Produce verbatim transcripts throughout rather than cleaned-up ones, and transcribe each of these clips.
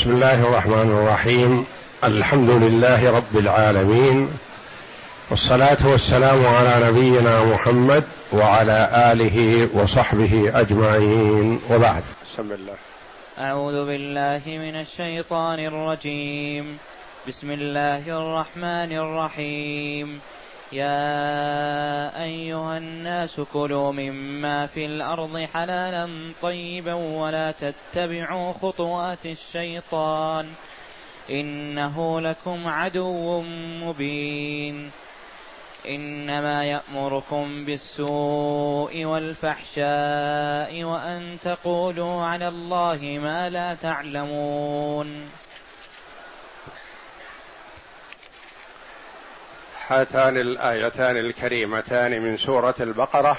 بسم الله الرحمن الرحيم. الحمد لله رب العالمين، والصلاة والسلام على نبينا محمد وعلى آله وصحبه أجمعين، وبعد. بسم الله. أعوذ بالله من الشيطان الرجيم. بسم الله الرحمن الرحيم. يا أيها الناس كلوا مما في الأرض حلالا طيبا ولا تتبعوا خطوات الشيطان إنه لكم عدو مبين. إنما يأمركم بالسوء والفحشاء وأن تقولوا على الله ما لا تعلمون. هاتان الآيتان الكريمتان من سورة البقرة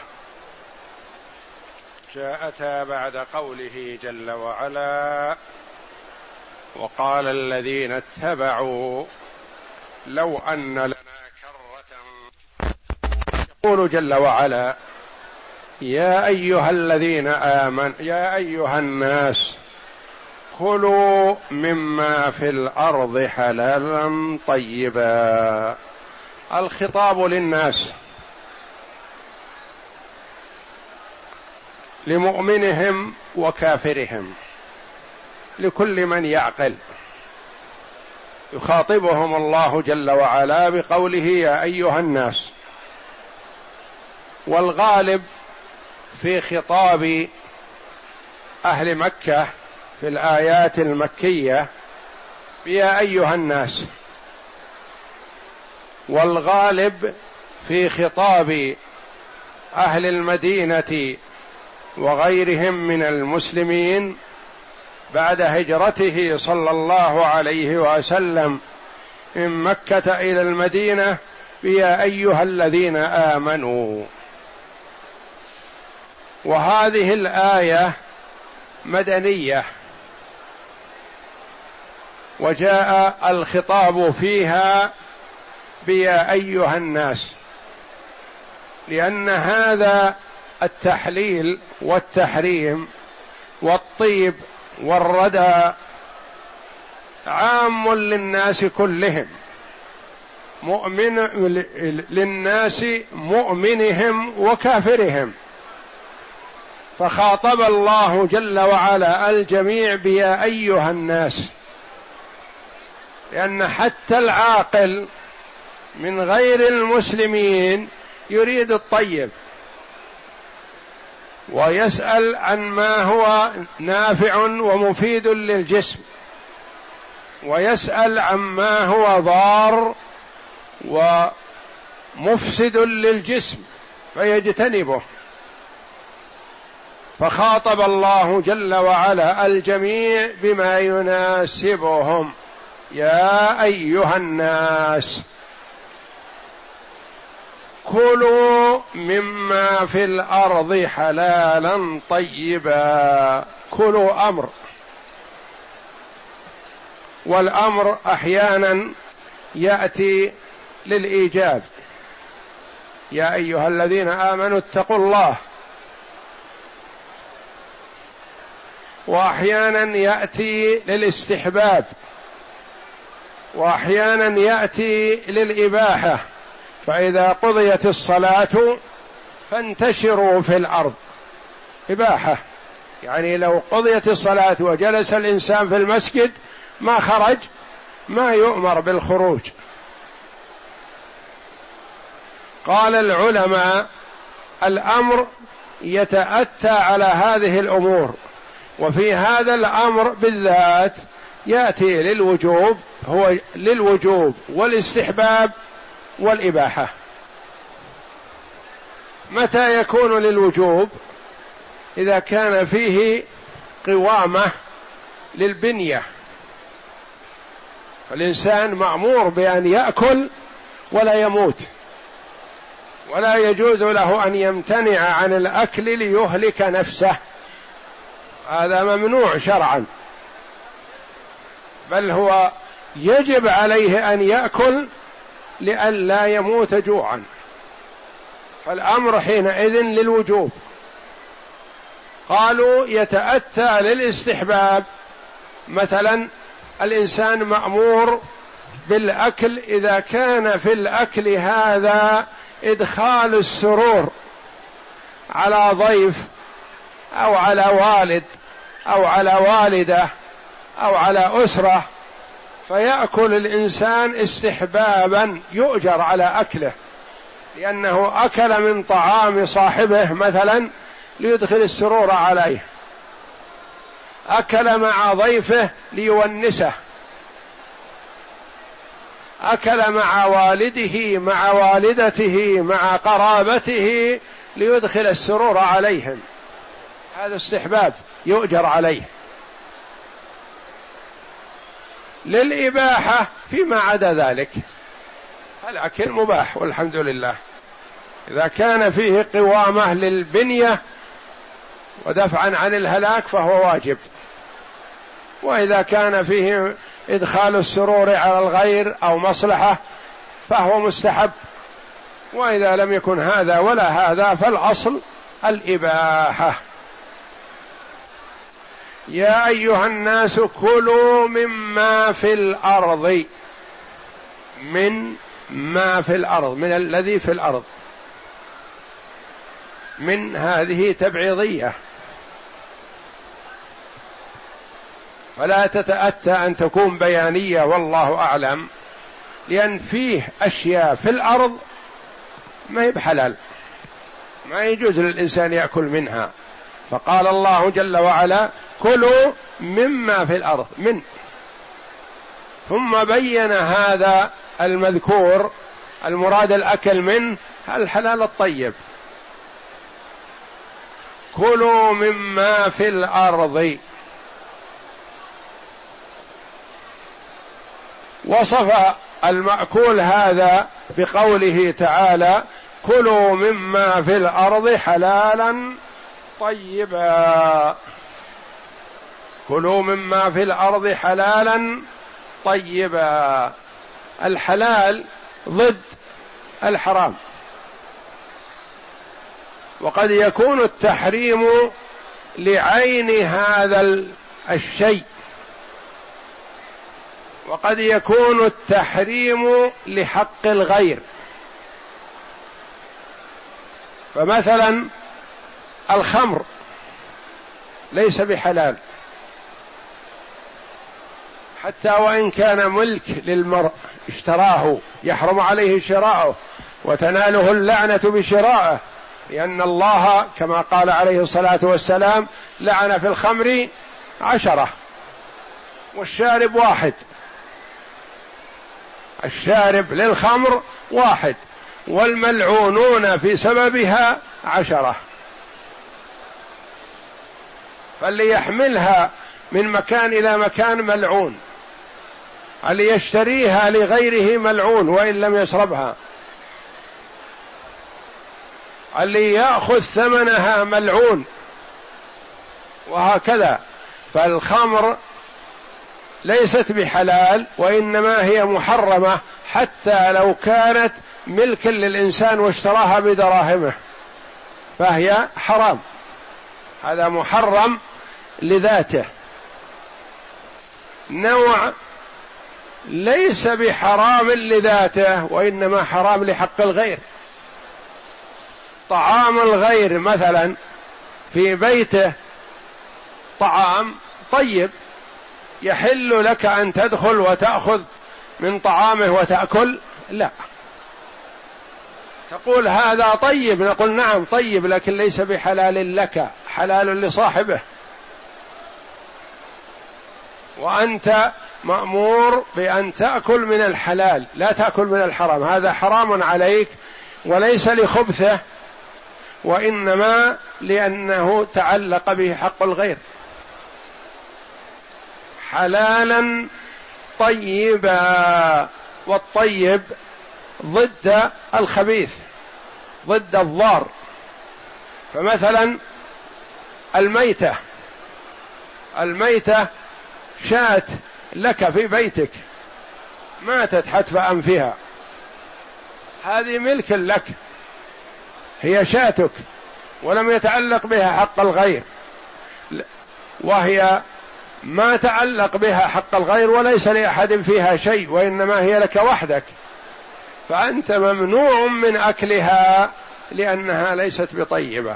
جاءتا بعد قوله جل وعلا: وقال الذين اتبعوا لو أن لنا كرة. يقول جل وعلا: يا أيها الذين آمنوا، يا أيها الناس كلوا مما في الأرض حلالا طيبا. الخطاب للناس، لمؤمنهم وكافرهم، لكل من يعقل، يخاطبهم الله جل وعلا بقوله يا أيها الناس. والغالب في خطاب أهل مكة في الآيات المكية يا أيها الناس، والغالب في خطاب أهل المدينة وغيرهم من المسلمين بعد هجرته صلى الله عليه وسلم من مكة إلى المدينة يا أيها الذين آمنوا. وهذه الآية مدنية، وجاء الخطاب فيها بيا أيها الناس، لأن هذا التحليل والتحريم والطيب والردى عام للناس كلهم، مؤمن للناس مؤمنهم وكافرهم، فخاطب الله جل وعلا الجميع بيا أيها الناس، لأن حتى العاقل من غير المسلمين يريد الطيب، ويسأل عن ما هو نافع ومفيد للجسم، ويسأل عن ما هو ضار ومفسد للجسم فيجتنبه. فخاطب الله جل وعلا الجميع بما يناسبهم: يا أيها الناس كلوا مما في الأرض حلالا طيبا. كلوا أمر، والأمر أحيانا يأتي للإيجاب: يا أيها الذين آمنوا اتقوا الله. وأحيانا يأتي للاستحباب، وأحيانا يأتي للإباحة: فإذا قضيت الصلاة فانتشروا في الأرض. إباحة، يعني لو قضيت الصلاة وجلس الإنسان في المسجد ما خرج، ما يؤمر بالخروج. قال العلماء: الأمر يتأتى على هذه الأمور، وفي هذا الأمر بالذات يأتي للوجوب، هو للوجوب والاستحباب والإباحة. متى يكون للوجوب؟ إذا كان فيه قوامة للبنية، الإنسان مأمور بأن يأكل ولا يموت، ولا يجوز له أن يمتنع عن الأكل ليهلك نفسه، هذا ممنوع شرعا، بل هو يجب عليه أن يأكل لئلا يموت جوعا، فالأمر حينئذ للوجوب. قالوا يتأتى للاستحباب، مثلا الإنسان مأمور بالأكل إذا كان في الأكل هذا إدخال السرور على ضيف أو على والد أو على والدة أو على أسرة، فيأكل الإنسان استحبابا يؤجر على أكله، لأنه أكل من طعام صاحبه مثلا ليدخل السرور عليه، أكل مع ضيفه ليونسه، أكل مع والده مع والدته مع قرابته ليدخل السرور عليهم، هذا استحباب يؤجر عليه. للإباحة فيما عدا ذلك الأكل مباح والحمد لله، إذا كان فيه قوامة للبنية ودفعا عن الهلاك فهو واجب، وإذا كان فيه إدخال السرور على الغير أو مصلحة فهو مستحب، وإذا لم يكن هذا ولا هذا فالأصل الإباحة. يا أيها الناس كلوا مما في الأرض، من ما في الأرض، من الذي في الأرض، من هذه تبعيضية، فلا تتأتى أن تكون بيانية والله أعلم، لأن فيه أشياء في الأرض ما هي بحلال، ما يجوز للإنسان يأكل منها، فقال الله جل وعلا كلوا مما في الأرض من، ثم بين هذا المذكور المراد الأكل منه الحلال الطيب. كلوا مما في الأرض، وصف المأكول هذا بقوله تعالى كلوا مما في الأرض حلالا طيبا، كلوا مما في الأرض حلالا طيبا. الحلال ضد الحرام، وقد يكون التحريم لعين هذا الشيء، وقد يكون التحريم لحق الغير. فمثلا الخمر ليس بحلال حتى وإن كان ملك للمرء اشتراه، يحرم عليه شراؤه وتناله اللعنة بشرائه، لأن الله كما قال عليه الصلاة والسلام لعن في الخمر عشرة والشارب واحد، الشارب للخمر واحد والملعونون في سببها عشرة، فاللي يحملها من مكان إلى مكان ملعون، اللي يشتريها لغيره ملعون وإن لم يشربها، اللي يأخذ ثمنها ملعون، وهكذا. فالخمر ليست بحلال وإنما هي محرمة حتى لو كانت ملكا للإنسان واشتراها بدراهمه فهي حرام، هذا محرم لذاته. نوع ليس بحرام لذاته وإنما حرام لحق الغير، طعام الغير مثلا في بيته طعام طيب يحل لك أن تدخل وتأخذ من طعامه وتأكل؟ لا، تقول هذا طيب، نقول نعم طيب لكن ليس بحلال لك، حلال لصاحبه، وأنت مأمور بأن تأكل من الحلال لا تأكل من الحرام، هذا حرام عليك وليس لخبثه وإنما لأنه تعلق به حق الغير. حلالا طيبا، والطيب ضد الخبيث ضد الضار. فمثلا الميتة، الميتة شاة لك في بيتك ماتت حتف أنفها، هذه ملك لك، هي شاتك ولم يتعلق بها حق الغير، وهي ما تعلق بها حق الغير وليس لأحد فيها شيء وإنما هي لك وحدك، فأنت ممنوع من أكلها لأنها ليست بطيبة،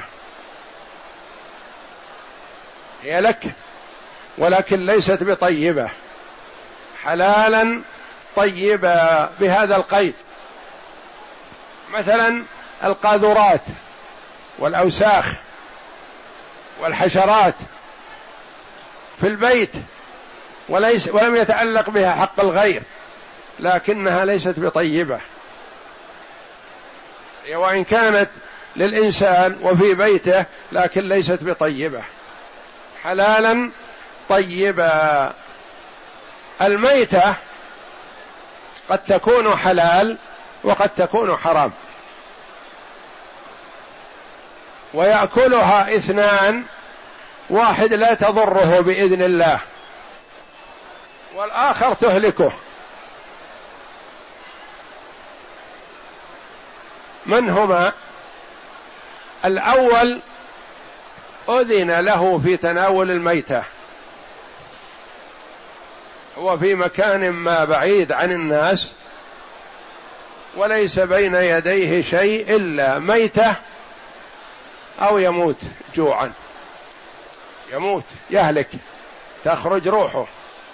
هي لك ولكن ليست بطيبة، حلالا طيبة بهذا القيد. مثلا القاذورات والأوساخ والحشرات في البيت وليس ولم يتعلق بها حق الغير لكنها ليست بطيبة، وإن كانت للإنسان وفي بيته لكن ليست بطيبة، حلالا طيبة. الميتة قد تكون حلال وقد تكون حرام، ويأكلها اثنان، واحد لا تضره بإذن الله والآخر تهلكه. من هما؟ الأول أذن له في تناول الميتة، هو في مكان ما بعيد عن الناس وليس بين يديه شيء إلا ميتة أو يموت جوعا، يموت يهلك تخرج روحه،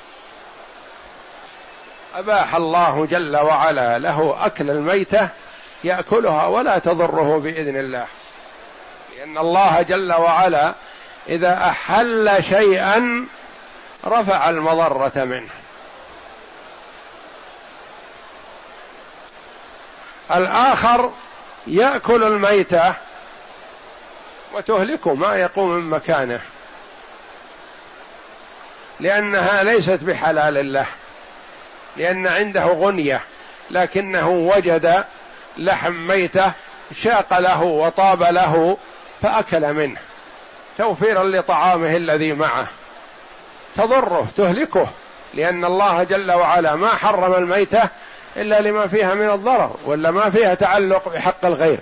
أباح الله جل وعلا له أكل الميتة يأكلها ولا تضره بإذن الله، لأن الله جل وعلا إذا أحل شيئا رفع المضرة منه. الآخر يأكل الميتة وتهلكه ما يقوم من مكانه لأنها ليست بحلال له، لأن عنده غنية لكنه وجد لحم ميتة شاق له وطاب له فأكل منه توفيرا لطعامه الذي معه، تضره تهلكه، لأن الله جل وعلا ما حرم الميتة إلا لما فيها من الضرر ولا ما فيها تعلق بحق الغير.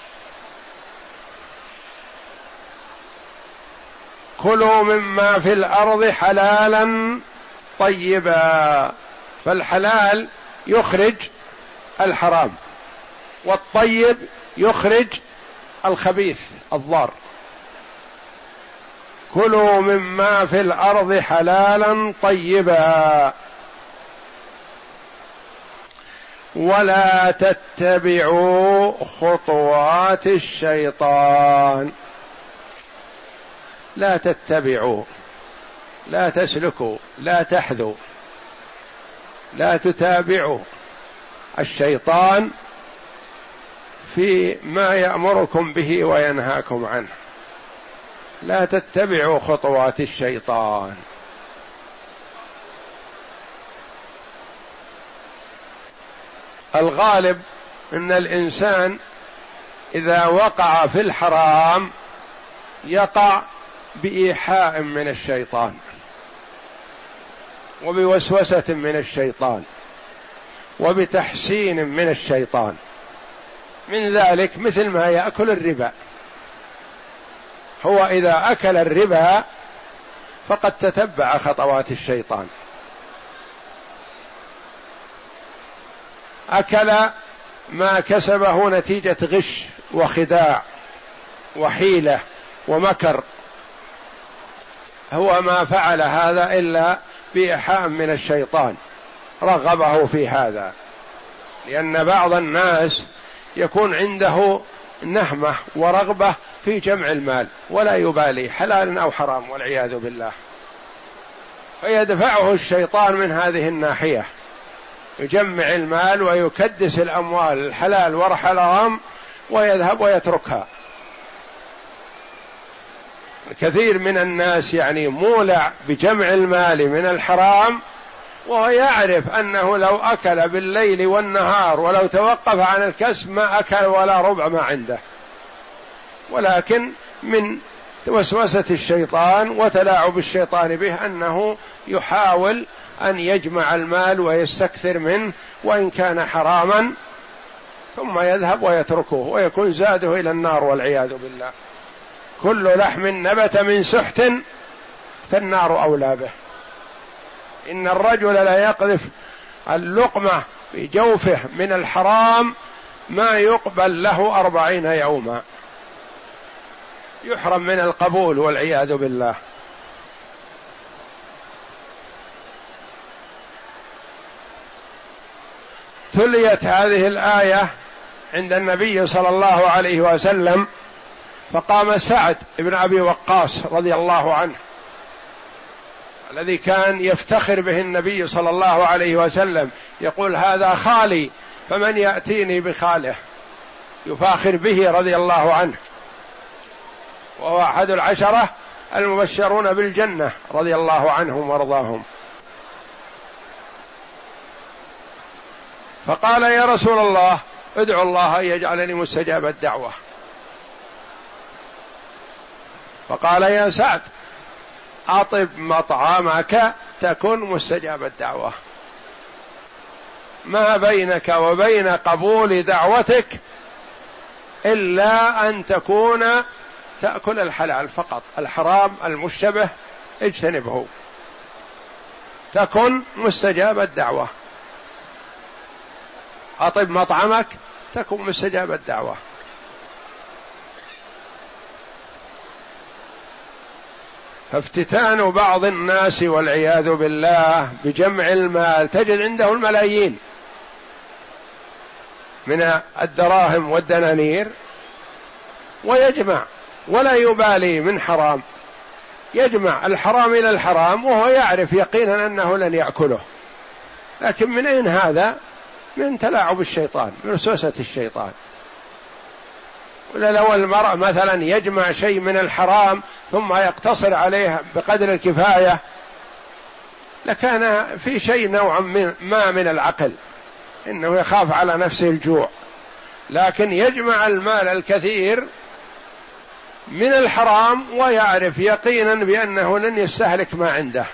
كلوا مما في الأرض حلالا طيبا، فالحلال يخرج الحرام والطيب يخرج الخبيث الضار. كلوا مما في الأرض حلالا طيبا ولا تتبعوا خطوات الشيطان. لا تتبعوا، لا تسلكوا، لا تحذوا، لا تتابعوا الشيطان في ما يأمركم به وينهاكم عنه، لا تتبعوا خطوات الشيطان. الغالب ان الانسان اذا وقع في الحرام يقع بإيحاء من الشيطان وبوسوسة من الشيطان وبتحسين من الشيطان. من ذلك مثل ما يأكل الربا، هو إذا أكل الربا فقد تتبع خطوات الشيطان، أكل ما كسبه نتيجة غش وخداع وحيلة ومكر، هو ما فعل هذا إلا بإيحاء من الشيطان رغبه في هذا. لأن بعض الناس يكون عنده نهمة ورغبة في جمع المال ولا يبالي حلال أو حرام والعياذ بالله، فيدفعه الشيطان من هذه الناحية، يجمع المال ويكدس الأموال الحلال والحرام ويذهب ويتركها. الكثير من الناس يعني مولع بجمع المال من الحرام وهو يعرف أنه لو أكل بالليل والنهار ولو توقف عن الكسب ما أكل ولا ربع ما عنده، ولكن من وسوسة الشيطان وتلاعب الشيطان به أنه يحاول أن يجمع المال ويستكثر منه وإن كان حراما، ثم يذهب ويتركه ويكون زاده إلى النار والعياذ بالله. كل لحم نبت من سحت فالنار أولى به. إن الرجل لا يقذف اللقمة في جوفه من الحرام ما يقبل له أربعين يوما، يحرم من القبول والعياذ بالله. تليت هذه الآية عند النبي صلى الله عليه وسلم، فقام سعد بن أبي وقاص رضي الله عنه الذي كان يفتخر به النبي صلى الله عليه وسلم، يقول هذا خالي فمن يأتيني بخاله، يفاخر به رضي الله عنه، وهو أحد العشرة المبشرون بالجنة رضي الله عنهم وارضاهم. فقال يا رسول الله ادعو الله أن يجعلني مستجاب الدعوة. فقال يا سعد أطب مطعمك تكن مستجاب الدعوة، ما بينك وبين قبول دعوتك إلا أن تكون تأكل الحلال فقط، الحرام المشتبه اجتنبه، تكن مستجاب الدعوة. أطب مطعمك تكن مستجاب الدعوة. فافتتان بعض الناس والعياذ بالله بجمع المال، تجد عنده الملايين من الدراهم والدنانير ويجمع ولا يبالي من حرام، يجمع الحرام إلى الحرام وهو يعرف يقينا أنه لن يأكله، لكن من أين هذا؟ من تلاعب الشيطان، من وسوسة الشيطان. ولا لو المرء مثلا يجمع شيء من الحرام ثم يقتصر عليه بقدر الكفاية لكان في شيء نوعا من ما من العقل، إنه يخاف على نفسه الجوع، لكن يجمع المال الكثير من الحرام ويعرف يقينا بأنه لن يستهلك ما عنده.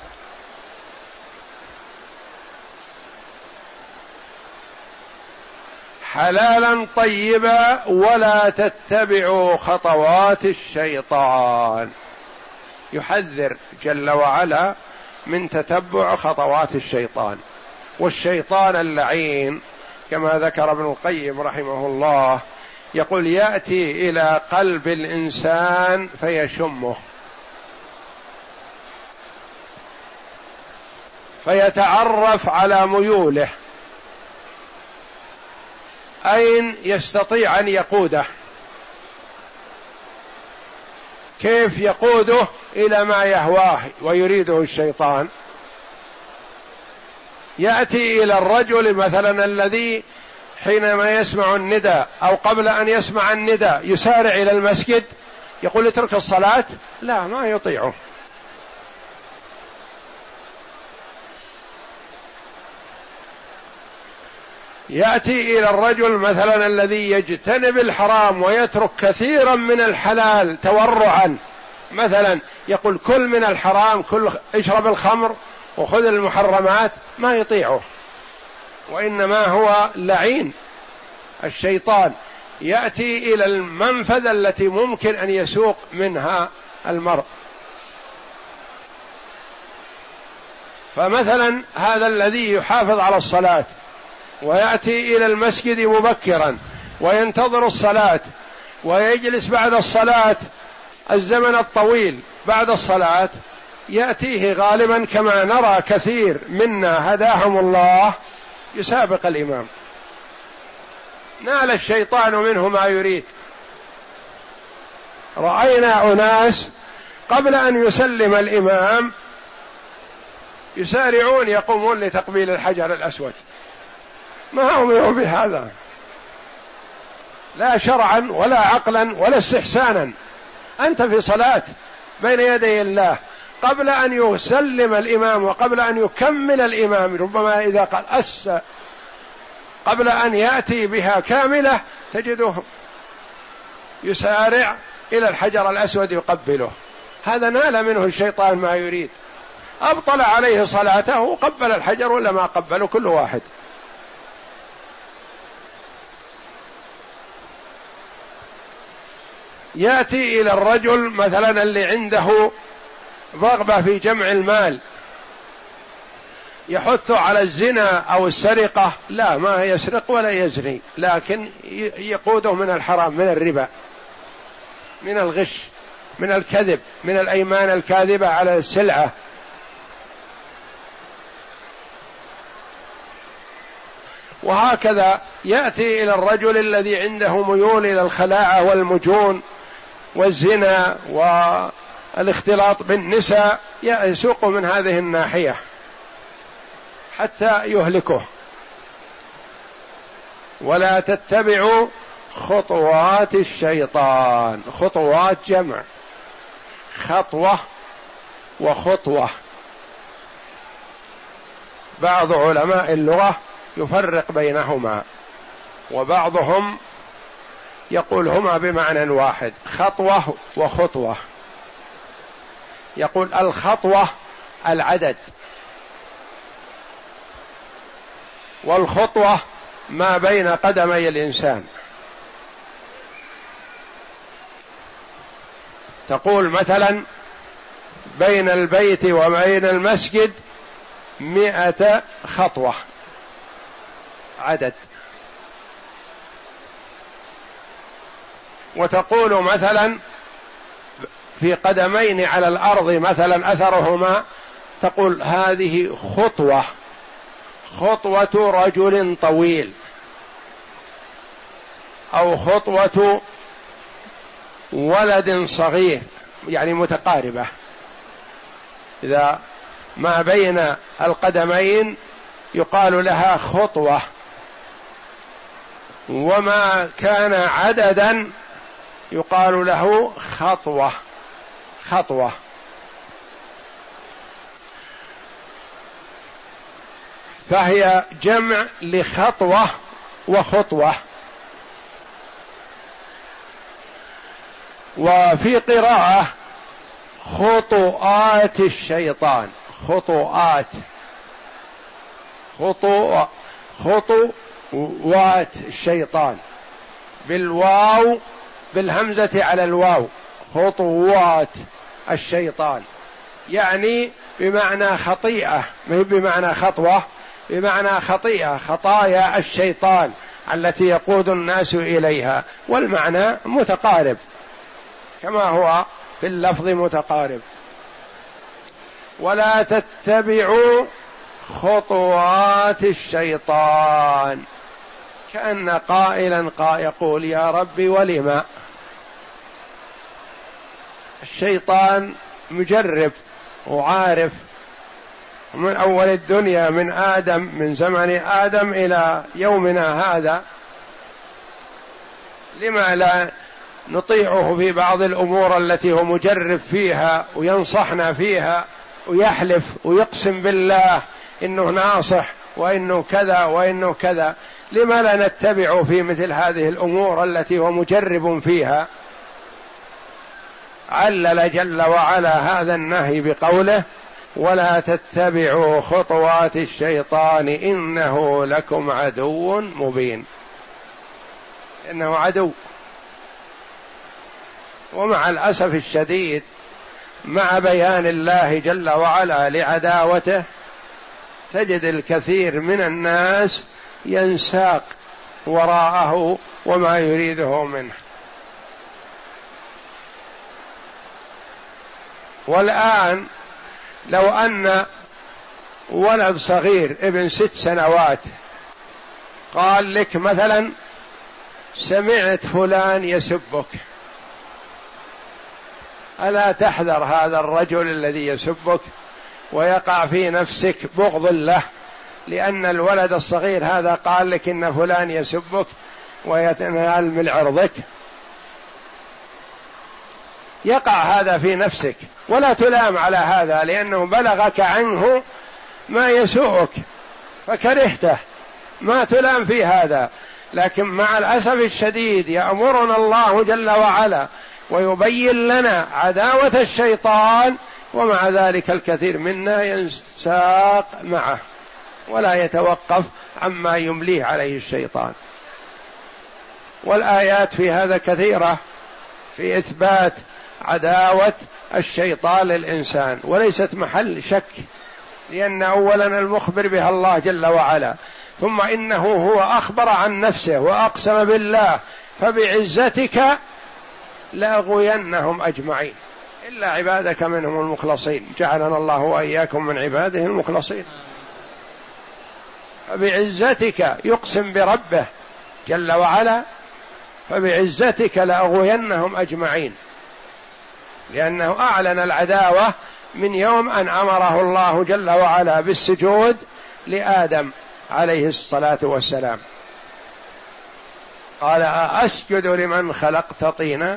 حلالا طيبا ولا تتبعوا خطوات الشيطان، يحذر جل وعلا من تتبع خطوات الشيطان. والشيطان اللعين كما ذكر ابن القيم رحمه الله يقول يأتي إلى قلب الإنسان فيشمه، فيتعرف على ميوله، أين يستطيع أن يقوده، كيف يقوده إلى ما يهواه ويريده الشيطان. يأتي إلى الرجل مثلا الذي حينما يسمع النداء أو قبل أن يسمع النداء يسارع إلى المسجد، يقول اترك الصلاة، لا ما يطيعه. يأتي إلى الرجل مثلا الذي يجتنب الحرام ويترك كثيرا من الحلال تورعا، مثلا يقول كل من الحرام، كل اشرب الخمر وخذ المحرمات، ما يطيعه، وإنما هو لعين الشيطان يأتي إلى المنفذ التي ممكن أن يسوق منها المرء. فمثلا هذا الذي يحافظ على الصلاة ويأتي إلى المسجد مبكرا وينتظر الصلاة ويجلس بعد الصلاة الزمن الطويل بعد الصلاة، يأتيه غالبا كما نرى كثير منا هداهم الله يسابق الإمام، نال الشيطان منه ما يريد. رأينا أناس قبل أن يسلم الإمام يسارعون يقومون لتقبيل الحجر الأسود، ما أمروا بهذا لا شرعا ولا عقلا ولا استحسانا. أنت في صلاة بين يدي الله، قبل أن يسلم الإمام وقبل أن يكمل الإمام ربما إذا قال أس قبل أن يأتي بها كاملة تجده يسارع إلى الحجر الأسود يقبله، هذا نال منه الشيطان ما يريد، أبطل عليه صلاته وقبل الحجر ولا ما قبله كل واحد. يأتي إلى الرجل مثلا اللي عنده رغبة في جمع المال يحث على الزنا أو السرقة، لا، ما يسرق ولا يزني، لكن يقوده من الحرام، من الربا، من الغش، من الكذب، من الأيمان الكاذبة على السلعة. وهكذا يأتي إلى الرجل الذي عنده ميول إلى الخلاعة والمجون والزنا والاختلاط بالنساء، يسوق من هذه الناحية حتى يهلكه. ولا تتبعوا خطوات الشيطان. خطوات جمع خطوة وخطوة. بعض علماء اللغة يفرق بينهما، وبعضهم يقول هما بمعنى واحد، خطوة وخطوة. يقول الخطوة العدد، والخطوة ما بين قدمي الإنسان. تقول مثلا بين البيت وبين المسجد مئة خطوة، عدد. وتقول مثلا في قدمين على الأرض مثلا أثرهما، تقول هذه خطوة، خطوة رجل طويل، أو خطوة ولد صغير، يعني متقاربة. إذا ما بين القدمين يقال لها خطوة، وما كان عددا يقال له خطوة. خطوة. فهي جمع لخطوة وخطوة. وفي قراءة خطوات الشيطان، خطوات، خطو خطوات الشيطان بالواو، بالهمزة على الواو، خطوات الشيطان، يعني بمعنى خطيئة، ما بمعنى خطوة، بمعنى خطيئة، خطايا الشيطان التي يقود الناس إليها، والمعنى متقارب كما هو في اللفظ متقارب. ولا تتبعوا خطوات الشيطان، كأن قائلا قا يقول يا ربي ولم؟ الشيطان مجرب وعارف من أول الدنيا، من آدم، من زمن آدم إلى يومنا هذا، لما لا نطيعه في بعض الأمور التي هو مجرب فيها وينصحنا فيها ويحلف ويقسم بالله إنه ناصح وإنه كذا وإنه كذا؟ لما لا نتبع في مثل هذه الأمور التي هو مجرب فيها؟ علل جل وعلا هذا النهي بقوله ولا تتبعوا خطوات الشيطان إنه لكم عدو مبين، إنه عدو. ومع الأسف الشديد مع بيان الله جل وعلا لعداوته تجد الكثير من الناس ينساق وراءه وما يريده منه. والآن لو أن ولد صغير ابن ست سنوات قال لك مثلا سمعت فلان يسبك، ألا تحذر هذا الرجل الذي يسبك ويقع في نفسك بغض له، لأن الولد الصغير هذا قال لك إن فلان يسبك ويتنال من عرضك؟ يقع هذا في نفسك، ولا تلام على هذا، لأنه بلغك عنه ما يسوءك فكرهته، ما تلام في هذا. لكن مع الأسف الشديد يأمرنا الله جل وعلا ويبين لنا عداوة الشيطان، ومع ذلك الكثير منا ينساق معه ولا يتوقف عما يمليه عليه الشيطان. والآيات في هذا كثيرة في إثبات عداوة الشيطان للإنسان، وليست محل شك لأن أولا المخبر بها الله جل وعلا، ثم إنه هو أخبر عن نفسه وأقسم بالله فبعزتك لأغوينهم أجمعين إلا عبادك منهم المخلصين، جعلنا الله وإياكم من عباده المخلصين. فبعزتك يقسم بربه جل وعلا، فبعزتك لأغوينهم أجمعين، لأنه أعلن العداوة من يوم أن أمره الله جل وعلا بالسجود لآدم عليه الصلاة والسلام، قال أسجد لمن خلقت طينا،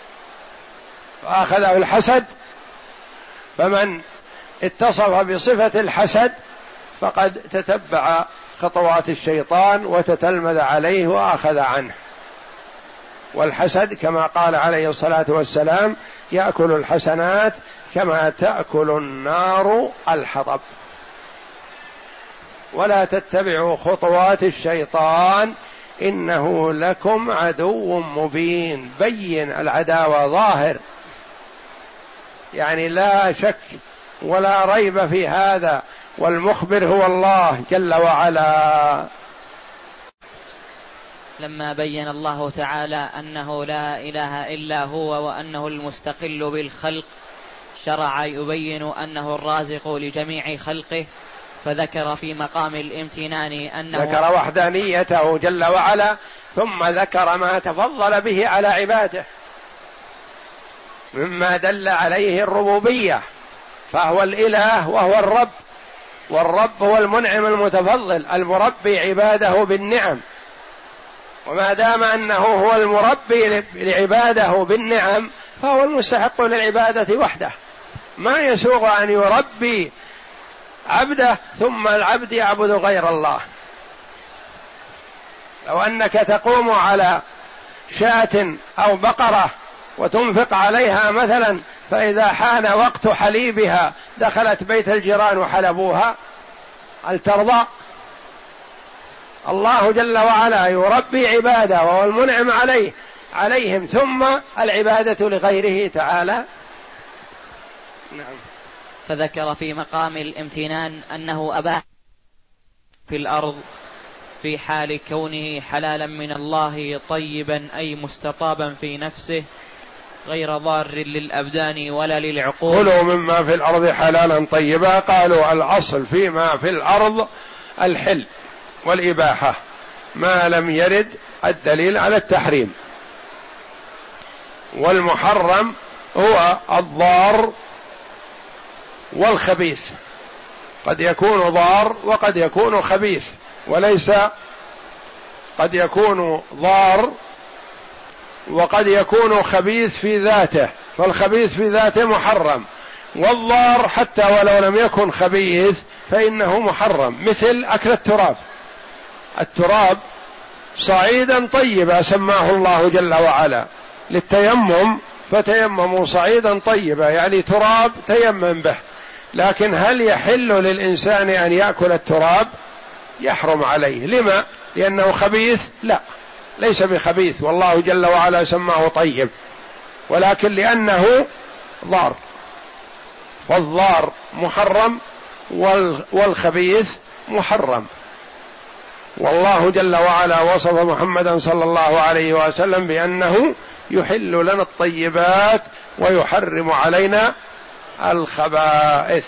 فأخذه الحسد، فمن اتصف بصفة الحسد فقد تتبع خطوات الشيطان وتتلمذ عليه وأخذ عنه. والحسد كما قال عليه الصلاة والسلام يأكل الحسنات كما تأكل النار الحطب. ولا تتبعوا خطوات الشيطان إنه لكم عدو مبين، بين العداوة ظاهر، يعني لا شك ولا ريب في هذا، والمخبر هو الله جل وعلا. لما بين الله تعالى أنه لا إله إلا هو وأنه المستقل بالخلق، شرع يبين أنه الرازق لجميع خلقه، فذكر في مقام الامتنان أنه ذكر وحدانيته جل وعلا، ثم ذكر ما تفضل به على عباده مما دل عليه الربوبية، فهو الإله وهو الرب، والرب هو المنعم المتفضل المربي عباده بالنعم، وما دام أنه هو المربي لعباده بالنعم فهو المستحق للعبادة وحده. ما يسوغ أن يربي عبده ثم العبد يعبد غير الله. لو أنك تقوم على شاة أو بقرة وتنفق عليها مثلا، فإذا حان وقت حليبها دخلت بيت الجيران وحلبوها، هل ترضى؟ الله جل وعلا يربي عباده وهو المنعم عليه عليهم، ثم العبادة لغيره تعالى. نعم. فذكر في مقام الامتنان أنه أباح في الأرض في حال كونه حلالا من الله طيبا، أي مستطابا في نفسه غير ضار للأبدان ولا للعقول. كلوا مما في الأرض حلالا طيبا، قالوا الأصل فيما في الأرض الحل والإباحة ما لم يرد الدليل على التحريم، والمحرم هو الضار والخبيث، قد يكون ضار وقد يكون خبيث، وليس قد يكون ضار وقد يكون خبيث في ذاته، فالخبيث في ذاته محرم، والضار حتى ولو لم يكن خبيث فإنه محرم، مثل أكل التراب. التراب صعيدا طيبا سماه الله جل وعلا للتيمم، فتيمموا صعيدا طيبا يعني تراب تيمم به، لكن هل يحل للإنسان أن يأكل التراب؟ يحرم عليه. لما؟ لأنه خبيث؟ لا، ليس بخبيث، والله جل وعلا سماه طيب، ولكن لأنه ضار، فالضار محرم والخبيث محرم. والله جل وعلا وصف محمدا صلى الله عليه وسلم بأنه يحل لنا الطيبات ويحرم علينا الخبائث.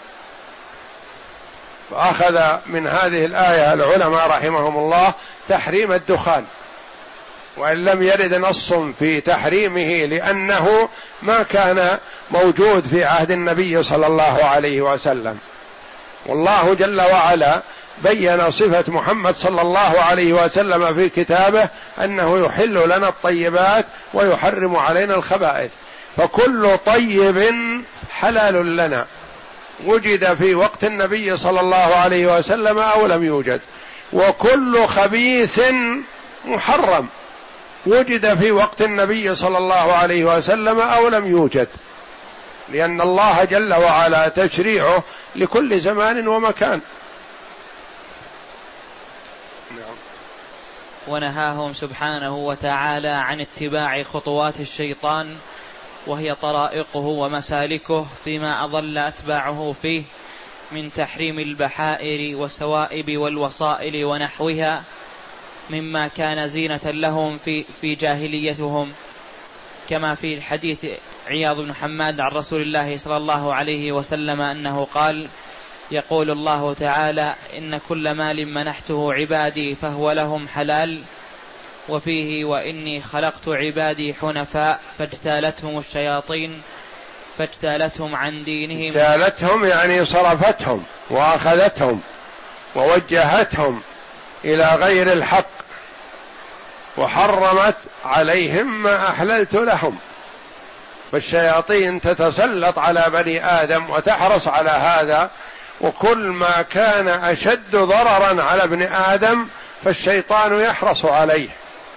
فأخذ من هذه الآية العلماء رحمهم الله تحريم الدخان، وإن لم يرد نص في تحريمه لأنه ما كان موجود في عهد النبي صلى الله عليه وسلم. والله جل وعلا بين صفة محمد صلى الله عليه وسلم في كتابه أنه يحل لنا الطيبات ويحرم علينا الخبائث، فكل طيب حلال لنا وجد في وقت النبي صلى الله عليه وسلم أو لم يوجد، وكل خبيث محرم وجد في وقت النبي صلى الله عليه وسلم أو لم يوجد، لأن الله جل وعلا تشريعه لكل زمان ومكان. ونهاهم سبحانه وتعالى عن اتباع خطوات الشيطان، وهي طرائقه ومسالكه فيما أضل أتباعه فيه، من تحريم البحائر والسوائب والوصائل ونحوها مما كان زينة لهم في, في جاهليتهم، كما في الحديث عياض بن حماد عن رسول الله صلى الله عليه وسلم أنه قال: يقول الله تعالى: إن كل مال منحته عبادي فهو لهم حلال. وفيه: وإني خلقت عبادي حنفاء فاجتالتهم الشياطين فاجتالتهم عن دينهم. اجتالتهم يعني صرفتهم وأخذتهم ووجهتهم إلى غير الحق، وحرمت عليهم ما أحللت لهم. فالشياطين تتسلط على بني آدم وتحرص على هذا، وكل ما كان أشد ضررا على ابن آدم فالشيطان يحرص عليه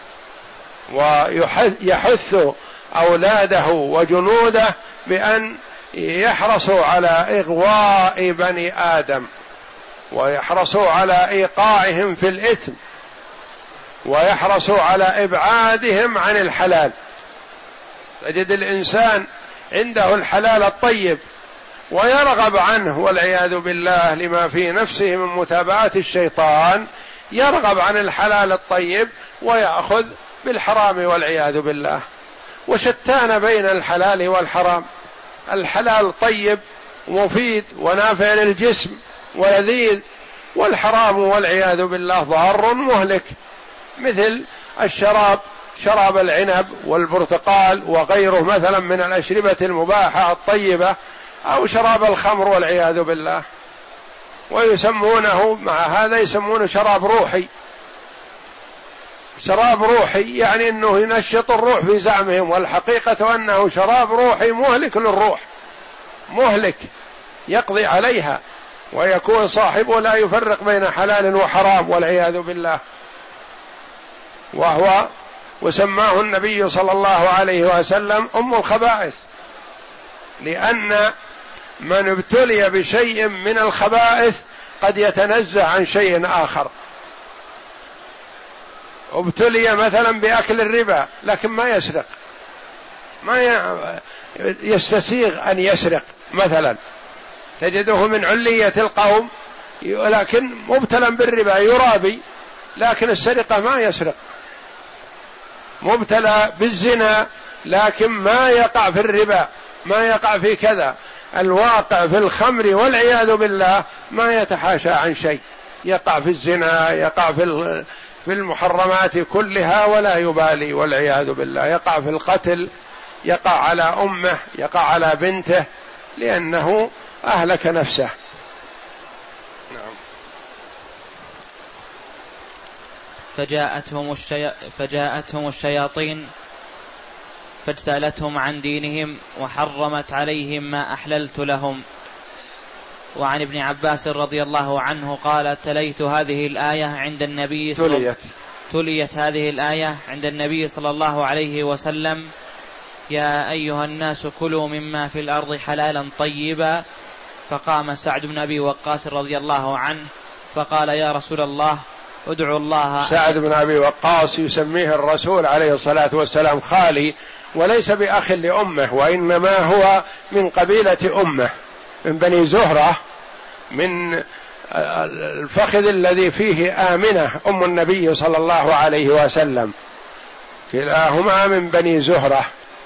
ويحث أولاده وجنوده بأن يحرصوا على إغواء بني آدم، ويحرصوا على إيقاعهم في الإثم، ويحرصوا على إبعادهم عن الحلال. تجد الإنسان عنده الحلال الطيب ويرغب عنه والعياذ بالله لما في نفسه من متابعة الشيطان، يرغب عن الحلال الطيب ويأخذ بالحرام والعياذ بالله. وشتان بين الحلال والحرام. الحلال طيب مفيد ونافع للجسم ولذيذ، والحرام والعياذ بالله ضار مهلك، مثل الشراب، شراب العنب والبرتقال وغيره مثلا من الأشربة المباحة الطيبة، أو شراب الخمر والعياذ بالله. ويسمونه مع هذا يسمونه شراب روحي. شراب روحي يعني أنه ينشط الروح في زعمهم، والحقيقة أنه شراب روحي مهلك للروح، مهلك يقضي عليها، ويكون صاحبه لا يفرق بين حلال وحرام والعياذ بالله. وهو وسماه النبي صلى الله عليه وسلم أم الخبائث، لأن من ابتلي بشيء من الخبائث قد يتنزه عن شيء آخر. ابتلي مثلا بأكل الربا لكن ما يسرق، ما يستسيغ أن يسرق مثلا، تجده من علية القوم لكن مبتلا بالربا يرابي، لكن السرقة ما يسرق. مبتلى بالزنا لكن ما يقع في الربا، ما يقع في كذا. الواقع في الخمر والعياذ بالله ما يتحاشى عن شيء، يقع في الزنا، يقع في في المحرمات كلها ولا يبالي والعياذ بالله، يقع في القتل، يقع على أمه، يقع على بنته، لأنه أهلك نفسه. نعم. فجاءتهم, الشي... فجاءتهم الشياطين فاجتالتهم عن دينهم وحرمت عليهم ما أحللت لهم. وعن ابن عباس رضي الله عنه قال: تليت هذه الآية عند النبي صلى تليت. تليت هذه الآية عند النبي صلى الله عليه وسلم: يا أيها الناس كلوا مما في الأرض حلالا طيبا. فقام سعد بن أبي وقاص رضي الله عنه فقال: يا رسول الله ادعو الله. سعد بن أبي وقاص يسميه الرسول عليه الصلاة والسلام خالي، وليس بأخ لأمه، وإنما هو من قبيلة أمه، من بني زهرة، من الفخذ الذي فيه آمنة أم النبي صلى الله عليه وسلم، كلاهما من بني زهرة.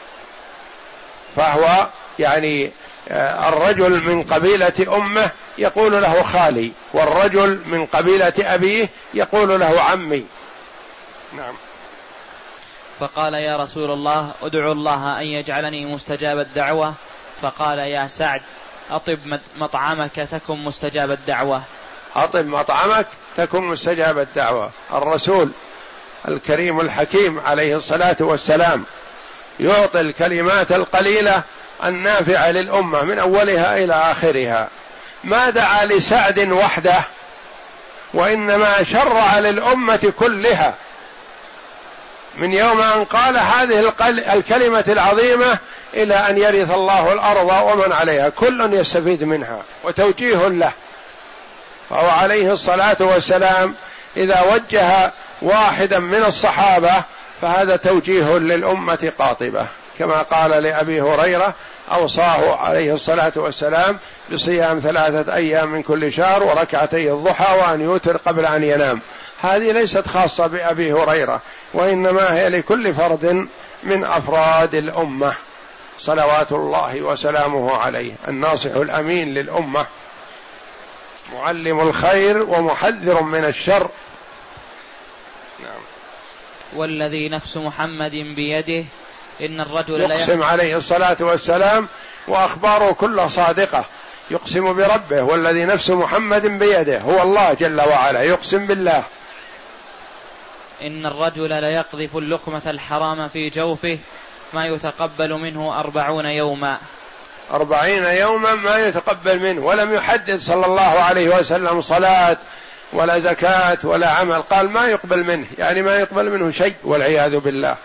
فهو يعني الرجل من قبيلة أمه يقول له خالي، والرجل من قبيلة أبيه يقول له عمي. نعم. فقال: يا رسول الله ادعو الله أن يجعلني مستجاب الدعوة. فقال: يا سعد أطب مطعمك تكن مستجاب الدعوة. أطب مطعمك تكن مستجاب الدعوة. الرسول الكريم الحكيم عليه الصلاة والسلام يعطي الكلمات القليلة النافعة للأمة من أولها إلى آخرها. ما دعا لسعد وحده، وإنما شرع للأمة كلها، من يوم أن قال هذه الكلمة العظيمة إلى أن يرث الله الأرض ومن عليها، كل يستفيد منها وتوجيه له. فهو عليه الصلاة والسلام إذا وجه واحدا من الصحابة فهذا توجيه للأمة قاطبة. كما قال لأبي هريرة أوصاه عليه الصلاة والسلام بصيام ثلاثة أيام من كل شهر وركعتي الضحى وأن يوتر قبل أن ينام. هذه ليست خاصة بأبي هريرة، وإنما هي لكل فرد من أفراد الأمة صلوات الله وسلامه عليه، الناصح الأمين للأمة، معلم الخير ومحذر من الشر. نعم. والذي نفس محمد بيده إن الرجل يقسم عليه الصلاة والسلام وأخباره كلها صادقة، يقسم بربه، والذي نفس محمد بيده هو الله جل وعلا، يقسم بالله. إن الرجل ليقذف اللقمة الحرام في جوفه ما يتقبل منه أربعون يوما. أربعين يوما ما يتقبل منه، ولم يحدد صلى الله عليه وسلم صلاة ولا زكاة ولا عمل، قال ما يقبل منه، يعني ما يقبل منه شيء والعياذ بالله.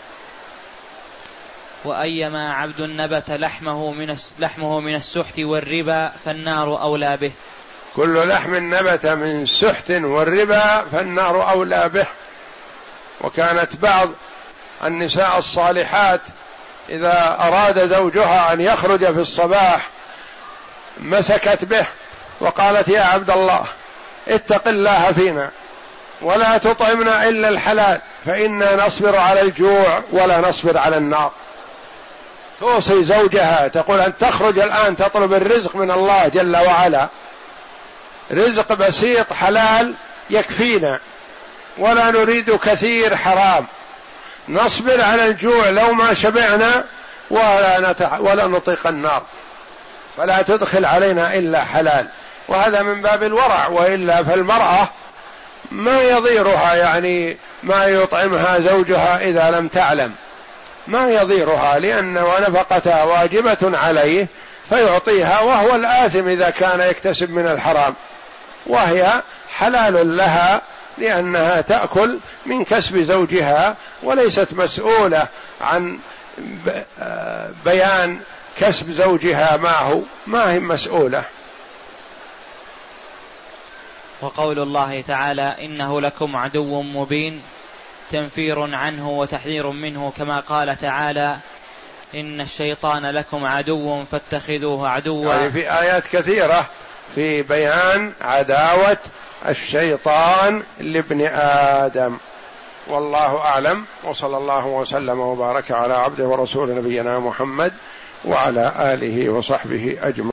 وأيما عبد نبت لحمه من لحمه من السحت والربا فالنار أولى به. كل لحم نبت من سحت والربا فالنار أولى به. وكانت بعض النساء الصالحات إذا أراد زوجها أن يخرج في الصباح مسكت به وقالت يا عبد الله اتق الله فينا ولا تطعمنا إلا الحلال فإنا نصبر على الجوع ولا نصبر على النار. توصي زوجها تقول أن تخرج الآن تطلب الرزق من الله جل وعلا، رزق بسيط حلال يكفينا ولا نريد كثير حرام، نصبر على الجوع لو ما شبعنا ولا, نتع... ولا نطيق النار، فلا تدخل علينا إلا حلال. وهذا من باب الورع، وإلا فالمرأة ما يضيرها يعني ما يطعمها زوجها إذا لم تعلم، ما يضيرها لأن نفقتها واجبة عليه فيعطيها، وهو الآثم إذا كان يكتسب من الحرام، وهي حلال لها لأنها تأكل من كسب زوجها وليست مسؤولة عن بيان كسب زوجها معه، ما هي مسؤولة. وقول الله تعالى إنه لكم عدو مبين تنفير عنه وتحذير منه، كما قال تعالى إن الشيطان لكم عدو فاتخذوه عدوا. يعني في آيات كثيرة في بيان عداوة الشيطان لابن آدم. والله أعلم، وصلى الله وسلم وبارك على عبده ورسول نبينا محمد وعلى آله وصحبه أجمعين.